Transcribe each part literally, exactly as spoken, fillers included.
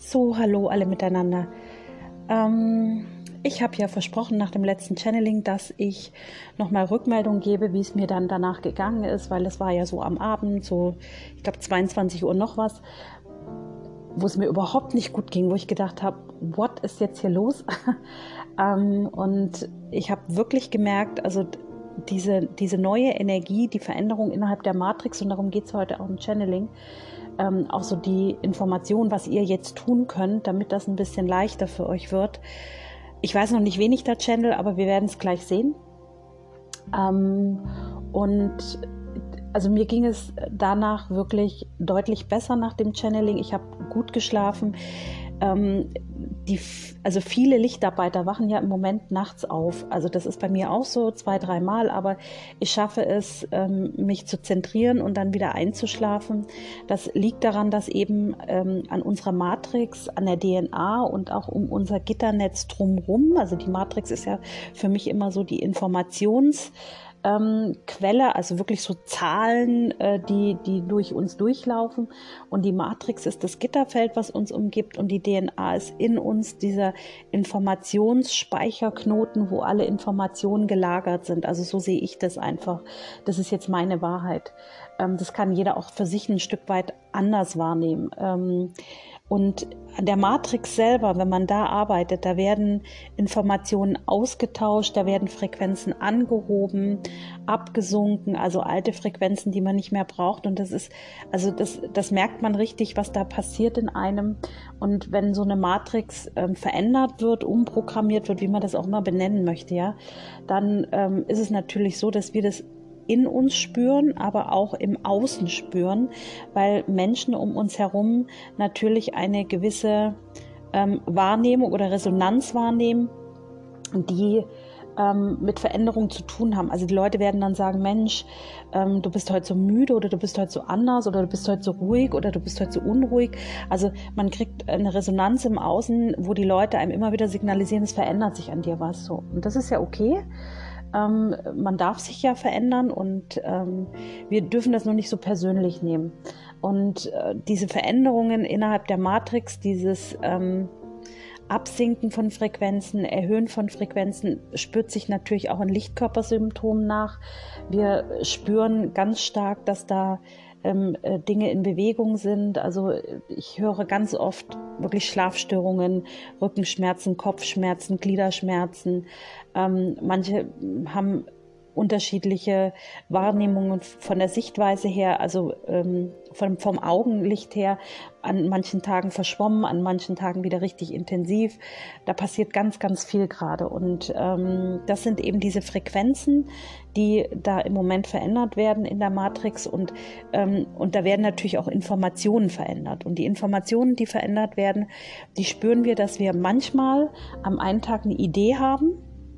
So, hallo alle miteinander. Ähm, ich habe ja versprochen nach dem letzten Channeling, dass ich nochmal Rückmeldung gebe, wie es mir dann danach gegangen ist, weil es war ja so am Abend, so ich glaube zweiundzwanzig Uhr noch was, wo es mir überhaupt nicht gut ging, wo ich gedacht habe, what ist jetzt hier los? ähm, und ich habe wirklich gemerkt, also diese, diese neue Energie, die Veränderung innerhalb der Matrix, und darum geht es heute auch im Channeling, ähm, auch so die Information, was ihr jetzt tun könnt, damit das ein bisschen leichter für euch wird. Ich weiß noch nicht, wen ich da channel, aber wir werden es gleich sehen. Ähm, und also mir ging es danach wirklich deutlich besser nach dem Channeling. Ich habe gut geschlafen. Ähm, die, also viele Lichtarbeiter wachen ja im Moment nachts auf. Also das ist bei mir auch so, zwei, dreimal, aber ich schaffe es, ähm, mich zu zentrieren und dann wieder einzuschlafen. Das liegt daran, dass eben ähm, an unserer Matrix, an der D N A und auch um unser Gitternetz drumherum, also die Matrix ist ja für mich immer so die Informations- Ähm, Quelle, also wirklich so Zahlen, äh, die, die durch uns durchlaufen, und die Matrix ist das Gitterfeld, was uns umgibt, und die D N A ist in uns dieser Informationsspeicherknoten, wo alle Informationen gelagert sind. Also so sehe ich das einfach. Das ist jetzt meine Wahrheit. Ähm, das kann jeder auch für sich ein Stück weit anders wahrnehmen. Ähm, Und an der Matrix selber, wenn man da arbeitet, da werden Informationen ausgetauscht, da werden Frequenzen angehoben, abgesunken, also alte Frequenzen, die man nicht mehr braucht. Und das ist, also das, das merkt man richtig, was da passiert in einem. Und wenn so eine Matrix ähm, verändert wird, umprogrammiert wird, wie man das auch immer benennen möchte, ja, dann ähm, ist es natürlich so, dass wir das in uns spüren, aber auch im Außen spüren, weil Menschen um uns herum natürlich eine gewisse ähm, Wahrnehmung oder Resonanz wahrnehmen, die ähm, mit Veränderung zu tun haben. Also die Leute werden dann sagen, Mensch, ähm, du bist heute so müde oder du bist heute so anders oder du bist heute so ruhig oder du bist heute so unruhig. Also man kriegt eine Resonanz im Außen, wo die Leute einem immer wieder signalisieren, es verändert sich an dir was so. Und das ist ja okay. Ähm, man darf sich ja verändern, und ähm, wir dürfen das nur nicht so persönlich nehmen. Und äh, diese Veränderungen innerhalb der Matrix, dieses ähm, Absinken von Frequenzen, Erhöhen von Frequenzen, spürt sich natürlich auch in Lichtkörpersymptomen nach. Wir spüren ganz stark, dass da ähm, äh, Dinge in Bewegung sind. Also ich höre ganz oft wirklich Schlafstörungen, Rückenschmerzen, Kopfschmerzen, Gliederschmerzen. Ähm, manche haben unterschiedliche Wahrnehmungen von der Sichtweise her, also ähm, vom, vom Augenlicht her, an manchen Tagen verschwommen, an manchen Tagen wieder richtig intensiv. Da passiert ganz, ganz viel gerade, und ähm, das sind eben diese Frequenzen, die da im Moment verändert werden in der Matrix, und, ähm, und da werden natürlich auch Informationen verändert, und die Informationen, die verändert werden, die spüren wir, dass wir manchmal am einen Tag eine Idee haben,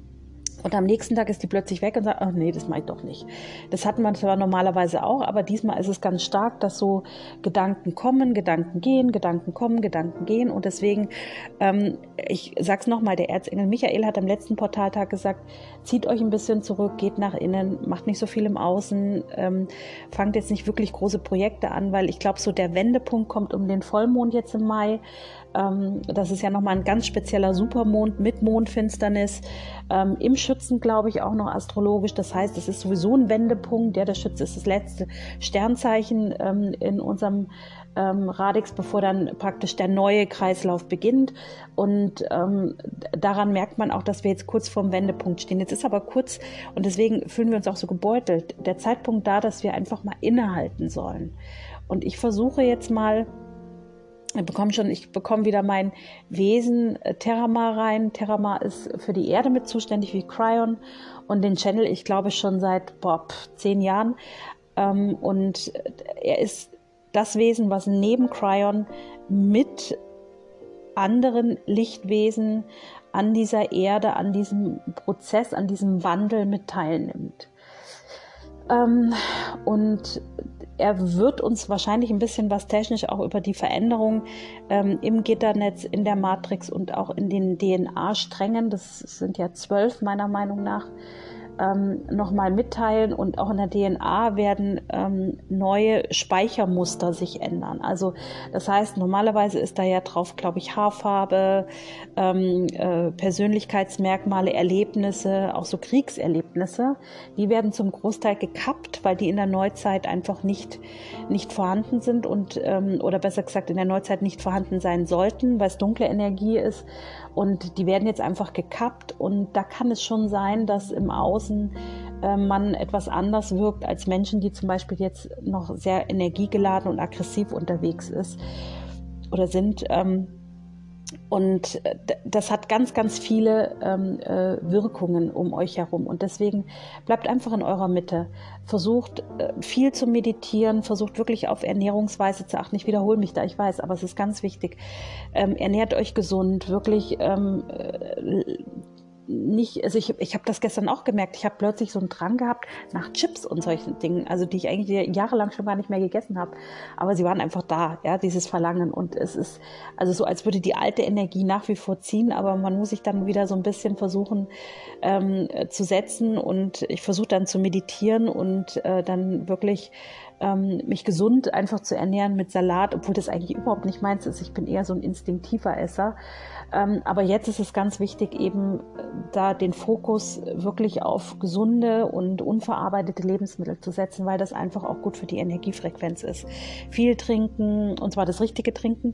und am nächsten Tag ist die plötzlich weg und sagt, ach nee, das mache ich doch nicht. Das hatten wir zwar normalerweise auch, aber diesmal ist es ganz stark, dass so Gedanken kommen, Gedanken gehen, Gedanken kommen, Gedanken gehen. Und deswegen, ähm, ich sag's nochmal, der Erzengel Michael hat am letzten Portaltag gesagt, zieht euch ein bisschen zurück, geht nach innen, macht nicht so viel im Außen, ähm, fangt jetzt nicht wirklich große Projekte an, weil ich glaube, so der Wendepunkt kommt um den Vollmond jetzt im Mai. Ähm, das ist ja nochmal ein ganz spezieller Supermond mit Mondfinsternis. Ähm, Im Schützen, glaube ich, auch noch astrologisch. Das heißt, es ist sowieso ein Wendepunkt. Ja, der Schütze ist das letzte Sternzeichen ähm, in unserem ähm, Radix, bevor dann praktisch der neue Kreislauf beginnt. Und ähm, daran merkt man auch, dass wir jetzt kurz vorm Wendepunkt stehen. Jetzt ist aber kurz, und deswegen fühlen wir uns auch so gebeutelt, der Zeitpunkt da, dass wir einfach mal innehalten sollen. Und ich versuche jetzt mal, Ich bekomme schon, ich bekomme wieder mein Wesen äh, Terramar rein. Terramar ist für die Erde mit zuständig wie Cryon, und den Channel ich glaube schon seit boah, pf, zehn Jahren. Ähm, und er ist das Wesen, was neben Cryon mit anderen Lichtwesen an dieser Erde, an diesem Prozess, an diesem Wandel mit teilnimmt. Ähm, und er wird uns wahrscheinlich ein bisschen was technisch auch über die Veränderung ähm, im Gitternetz, in der Matrix und auch in den D N A-Strängen, das sind ja zwölf meiner Meinung nach, ähm, nochmal mitteilen, und auch in der D N A werden ähm, neue Speichermuster sich ändern. Also das heißt, normalerweise ist da ja drauf, glaube ich, Haarfarbe, ähm, äh, Persönlichkeitsmerkmale, Erlebnisse, auch so Kriegserlebnisse, die werden zum Großteil gekappt, weil die in der Neuzeit einfach nicht, nicht vorhanden sind und ähm, oder besser gesagt in der Neuzeit nicht vorhanden sein sollten, weil es dunkle Energie ist, und die werden jetzt einfach gekappt, und da kann es schon sein, dass im Außen äh, man etwas anders wirkt als Menschen, die zum Beispiel jetzt noch sehr energiegeladen und aggressiv unterwegs ist oder sind. Ähm, Und das hat ganz, ganz viele ähm, äh, Wirkungen um euch herum. Und deswegen bleibt einfach in eurer Mitte. Versucht äh, viel zu meditieren, versucht wirklich auf Ernährungsweise zu achten. Ich wiederhole mich da, ich weiß, aber es ist ganz wichtig. Ähm, ernährt euch gesund, wirklich ähm, äh, nicht, also ich, ich habe das gestern auch gemerkt, ich habe plötzlich so einen Drang gehabt nach Chips und solchen Dingen, also die ich eigentlich jahrelang schon gar nicht mehr gegessen habe, aber sie waren einfach da, ja, dieses Verlangen, und es ist also so, als würde die alte Energie nach wie vor ziehen, aber man muss sich dann wieder so ein bisschen versuchen ähm, zu setzen, und ich versuche dann zu meditieren und äh, dann wirklich ähm, mich gesund einfach zu ernähren mit Salat, obwohl das eigentlich überhaupt nicht meins ist, ich bin eher so ein instinktiver Esser. Ähm, aber jetzt ist es ganz wichtig, eben da den Fokus wirklich auf gesunde und unverarbeitete Lebensmittel zu setzen, weil das einfach auch gut für die Energiefrequenz ist. Viel trinken, und zwar das richtige Trinken,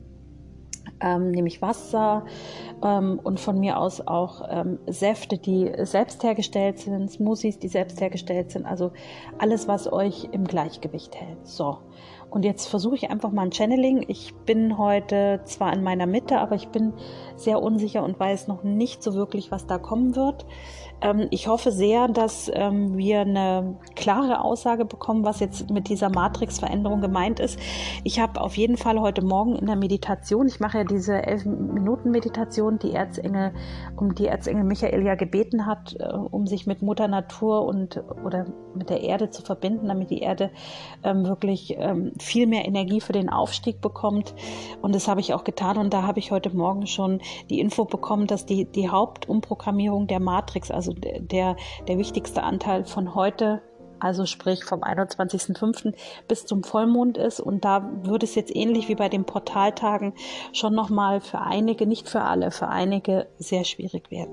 ähm, nämlich Wasser ähm, und von mir aus auch ähm, Säfte, die selbst hergestellt sind, Smoothies, die selbst hergestellt sind, also alles, was euch im Gleichgewicht hält. So. Und jetzt versuche ich einfach mal ein Channeling. Ich bin heute zwar in meiner Mitte, aber ich bin sehr unsicher und weiß noch nicht so wirklich, was da kommen wird. Ähm, ich hoffe sehr, dass ähm, wir eine klare Aussage bekommen, was jetzt mit dieser Matrix-Veränderung gemeint ist. Ich habe auf jeden Fall heute Morgen in der Meditation, ich mache ja diese elf Minuten Meditation, die Erzengel, um die Erzengel Michael ja gebeten hat, äh, um sich mit Mutter Natur und oder mit der Erde zu verbinden, damit die Erde ähm, wirklich ähm, viel mehr Energie für den Aufstieg bekommt. Und das habe ich auch getan, und da habe ich heute Morgen schon die Info bekommen, dass die, die Hauptumprogrammierung der Matrix, also der, der wichtigste Anteil von heute, also sprich vom einundzwanzigsten fünften bis zum Vollmond ist, und da würde es jetzt ähnlich wie bei den Portaltagen schon nochmal für einige, nicht für alle, für einige sehr schwierig werden.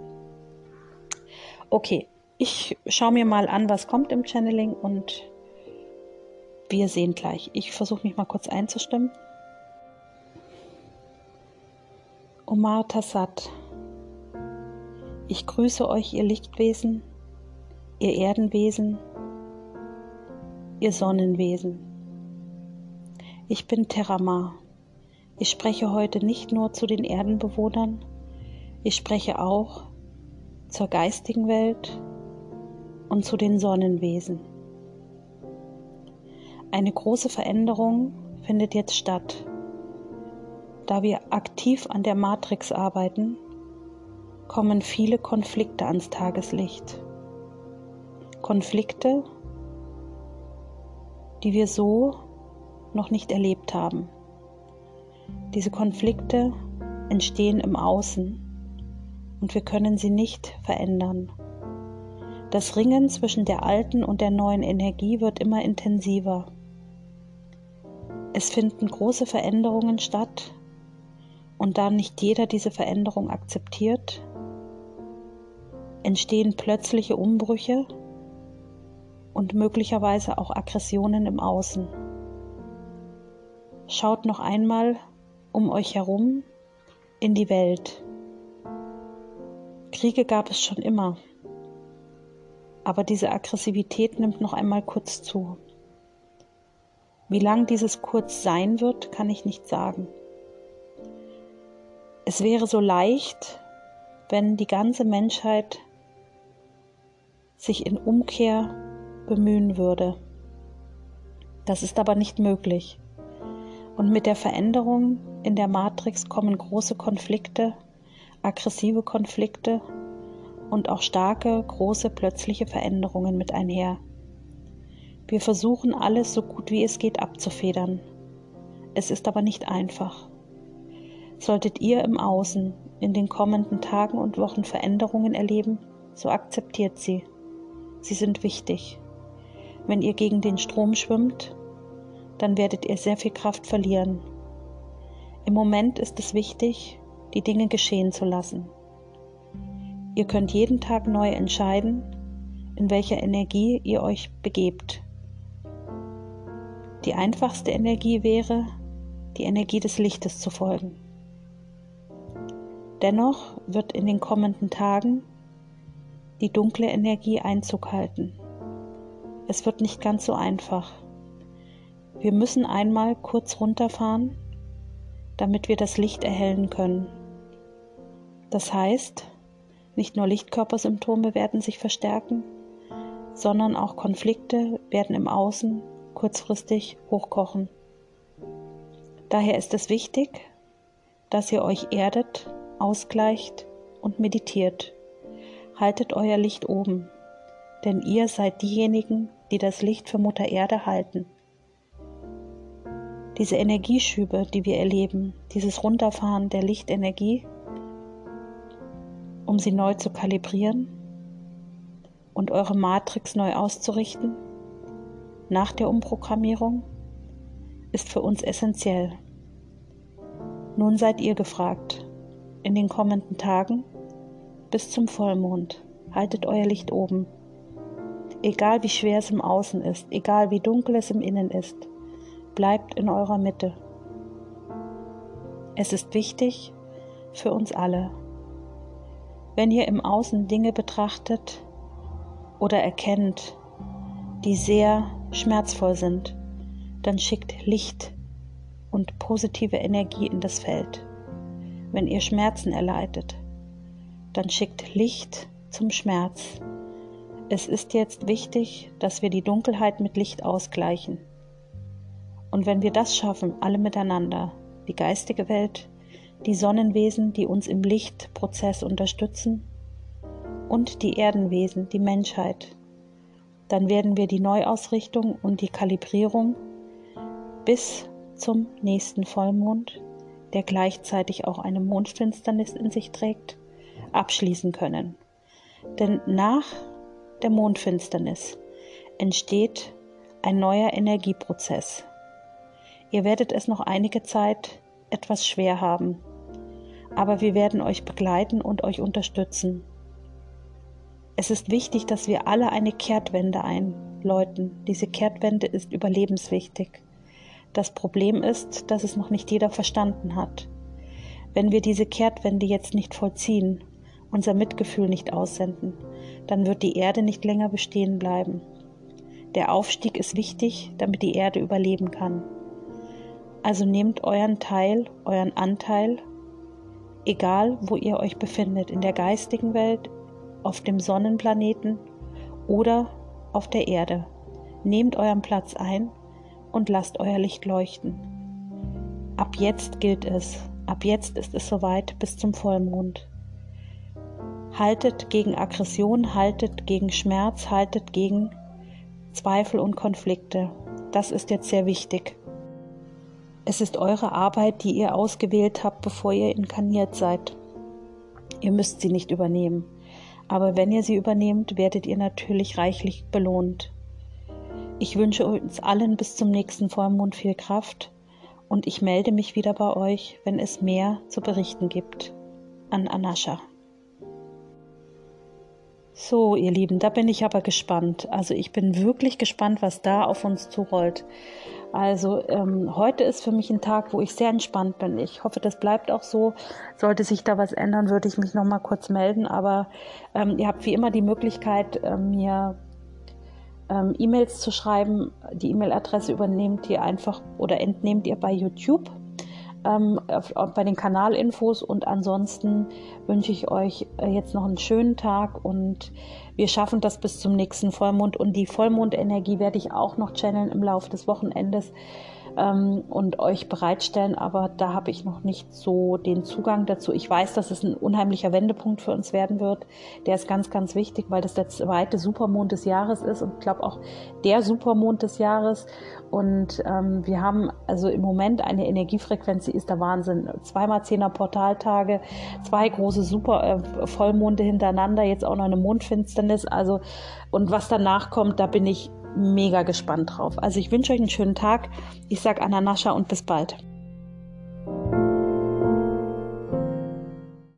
Okay, ich schaue mir mal an, was kommt im Channeling, und wir sehen gleich. Ich versuche mich mal kurz einzustimmen. Omar Tassat, ich grüße euch, ihr Lichtwesen, ihr Erdenwesen, ihr Sonnenwesen. Ich bin Terramar. Ich spreche heute nicht nur zu den Erdenbewohnern, ich spreche auch zur geistigen Welt und zu den Sonnenwesen. Eine große Veränderung findet jetzt statt. Da wir aktiv an der Matrix arbeiten, kommen viele Konflikte ans Tageslicht. Konflikte, die wir so noch nicht erlebt haben. Diese Konflikte entstehen im Außen, und wir können sie nicht verändern. Das Ringen zwischen der alten und der neuen Energie wird immer intensiver. Es finden große Veränderungen statt, und da nicht jeder diese Veränderung akzeptiert, entstehen plötzliche Umbrüche und möglicherweise auch Aggressionen im Außen. Schaut noch einmal um euch herum in die Welt. Kriege gab es schon immer, aber diese Aggressivität nimmt noch einmal kurz zu. Wie lang dieses kurz sein wird, kann ich nicht sagen. Es wäre so leicht, wenn die ganze Menschheit sich in Umkehr bemühen würde. Das ist aber nicht möglich. Und mit der Veränderung in der Matrix kommen große Konflikte, aggressive Konflikte und auch starke, große, plötzliche Veränderungen mit einher. Wir versuchen alles so gut wie es geht abzufedern. Es ist aber nicht einfach. Solltet ihr im Außen in den kommenden Tagen und Wochen Veränderungen erleben, so akzeptiert sie. Sie sind wichtig. Wenn ihr gegen den Strom schwimmt, dann werdet ihr sehr viel Kraft verlieren. Im Moment ist es wichtig, die Dinge geschehen zu lassen. Ihr könnt jeden Tag neu entscheiden, in welcher Energie ihr euch begebt. Die einfachste Energie wäre, die Energie des Lichtes zu folgen. Dennoch wird in den kommenden Tagen die dunkle Energie Einzug halten. Es wird nicht ganz so einfach. Wir müssen einmal kurz runterfahren, damit wir das Licht erhellen können. Das heißt, nicht nur Lichtkörpersymptome werden sich verstärken, sondern auch Konflikte werden im Außen kurzfristig hochkochen. Daher ist es wichtig, dass ihr euch erdet, ausgleicht und meditiert. Haltet euer Licht oben, denn ihr seid diejenigen, die das Licht für Mutter Erde halten. Diese Energieschübe, die wir erleben, dieses Runterfahren der Lichtenergie, um sie neu zu kalibrieren und eure Matrix neu auszurichten, nach der Umprogrammierung, ist für uns essentiell. Nun seid ihr gefragt, in den kommenden Tagen bis zum Vollmond, haltet euer Licht oben. Egal wie schwer es im Außen ist, egal wie dunkel es im Innen ist, bleibt in eurer Mitte. Es ist wichtig für uns alle. Wenn ihr im Außen Dinge betrachtet oder erkennt, die sehr schmerzvoll sind, dann schickt Licht und positive Energie in das Feld. Wenn ihr Schmerzen erleidet, dann schickt Licht zum Schmerz. Es ist jetzt wichtig, dass wir die Dunkelheit mit Licht ausgleichen. Und wenn wir das schaffen, alle miteinander, die geistige Welt, die Sonnenwesen, die uns im Lichtprozess unterstützen, und die Erdenwesen, die Menschheit, dann werden wir die Neuausrichtung und die Kalibrierung bis zum nächsten Vollmond, der gleichzeitig auch eine Mondfinsternis in sich trägt, abschließen können. Denn nach der Mondfinsternis entsteht ein neuer Energieprozess. Ihr werdet es noch einige Zeit etwas schwer haben, aber wir werden euch begleiten und euch unterstützen. Es ist wichtig, dass wir alle eine Kehrtwende einläuten. Diese Kehrtwende ist überlebenswichtig. Das Problem ist, dass es noch nicht jeder verstanden hat. Wenn wir diese Kehrtwende jetzt nicht vollziehen, unser Mitgefühl nicht aussenden, dann wird die Erde nicht länger bestehen bleiben. Der Aufstieg ist wichtig, damit die Erde überleben kann. Also nehmt euren Teil, euren Anteil, egal wo ihr euch befindet, in der geistigen Welt, auf dem Sonnenplaneten oder auf der Erde. Nehmt euren Platz ein und lasst euer Licht leuchten. Ab jetzt gilt es, ab jetzt ist es soweit bis zum Vollmond. Haltet gegen Aggression, haltet gegen Schmerz, haltet gegen Zweifel und Konflikte. Das ist jetzt sehr wichtig. Es ist eure Arbeit, die ihr ausgewählt habt, bevor ihr inkarniert seid. Ihr müsst sie nicht übernehmen. Aber wenn ihr sie übernehmt, werdet ihr natürlich reichlich belohnt. Ich wünsche uns allen bis zum nächsten Vollmond viel Kraft und ich melde mich wieder bei euch, wenn es mehr zu berichten gibt. An Anascha. So, ihr Lieben, da bin ich aber gespannt. Also ich bin wirklich gespannt, was da auf uns zurollt. Also ähm, heute ist für mich ein Tag, wo ich sehr entspannt bin. Ich hoffe, das bleibt auch so. Sollte sich da was ändern, würde ich mich nochmal kurz melden. Aber ähm, ihr habt wie immer die Möglichkeit, äh, mir ähm, E-Mails zu schreiben. Die E-Mail-Adresse übernehmt ihr einfach oder entnehmt ihr bei YouTube. Ähm, auf, auf, bei den Kanalinfos und ansonsten wünsche ich euch äh, jetzt noch einen schönen Tag und wir schaffen das bis zum nächsten Vollmond und die Vollmondenergie werde ich auch noch channeln im Laufe des Wochenendes ähm, und euch bereitstellen, aber da habe ich noch nicht so den Zugang dazu. Ich weiß, dass es ein unheimlicher Wendepunkt für uns werden wird. Der ist ganz, ganz wichtig, weil das der zweite Supermond des Jahres ist und ich glaube auch der Supermond des Jahres. Und ähm, wir haben also im Moment eine Energiefrequenz, ist der Wahnsinn. Zweimal Zehner Portaltage, zwei große super äh, Vollmonde hintereinander, jetzt auch noch eine Mondfinsternis. Also, und was danach kommt, da bin ich mega gespannt drauf. Also ich wünsche euch einen schönen Tag. Ich sage Anna Nascha und bis bald.